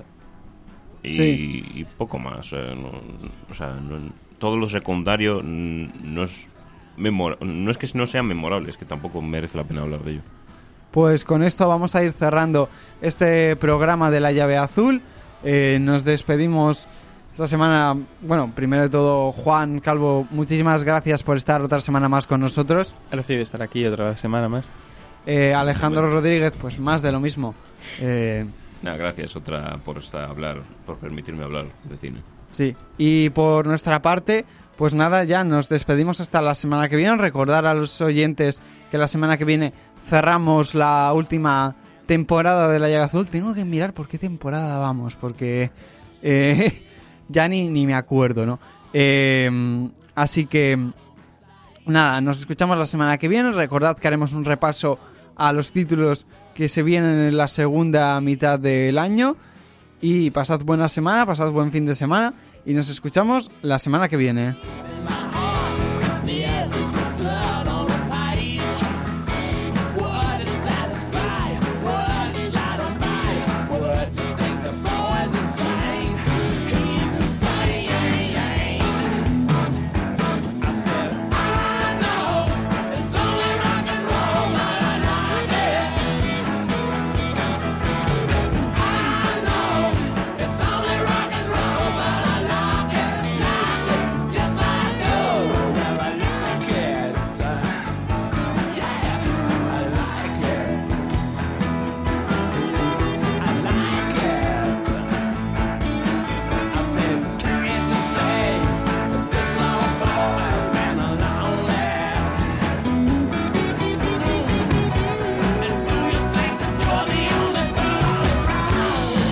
y poco más. Todo lo secundario no es que no sea memorable, es que tampoco merece la pena hablar de ello. Pues con esto vamos a ir cerrando este programa de La Llave Azul. Nos despedimos esta semana. Bueno, primero de todo, Juan Calvo, muchísimas gracias por estar otra semana más con nosotros. Gracias de estar aquí otra semana más. Alejandro Rodríguez, pues más de lo mismo. Gracias por permitirme hablar de cine. Sí, y por nuestra parte, pues nada, ya nos despedimos hasta la semana que viene. Recordar a los oyentes que la semana que viene cerramos la última temporada de La Llave Azul. Tengo que mirar por qué temporada vamos, porque ya ni me acuerdo, ¿no? Así que nada, nos escuchamos la semana que viene. Recordad que haremos un repaso a los títulos que se vienen en la segunda mitad del año. Y pasad buena semana, pasad buen fin de semana y nos escuchamos la semana que viene.